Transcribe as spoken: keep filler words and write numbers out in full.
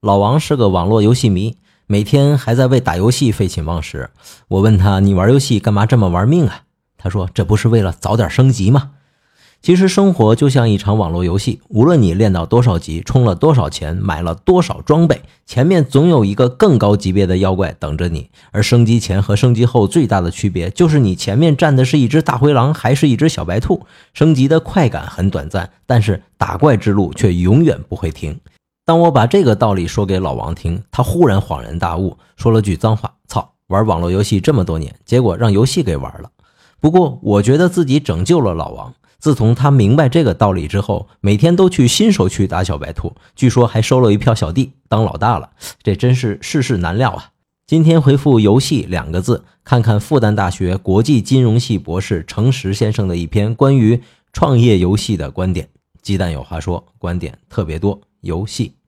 老王是个网络游戏迷，每天还在为打游戏废寝忘食。我问他，你玩游戏干嘛这么玩命啊？他说，这不是为了早点升级吗？其实生活就像一场网络游戏，无论你练到多少级，充了多少钱，买了多少装备，前面总有一个更高级别的妖怪等着你。而升级前和升级后最大的区别，就是你前面站的是一只大灰狼还是一只小白兔。升级的快感很短暂，但是打怪之路却永远不会停。当我把这个道理说给老王听，他忽然恍然大悟，说了句脏话，操，玩网络游戏这么多年，结果让游戏给玩了。不过我觉得自己拯救了老王，自从他明白这个道理之后，每天都去新手区打小白兔，据说还收了一票小弟当老大了，这真是世事难料啊。今天回复游戏两个字，看看复旦大学国际金融系博士程实先生的一篇关于创业游戏的观点。鸡蛋有话说，观点特别多，游戏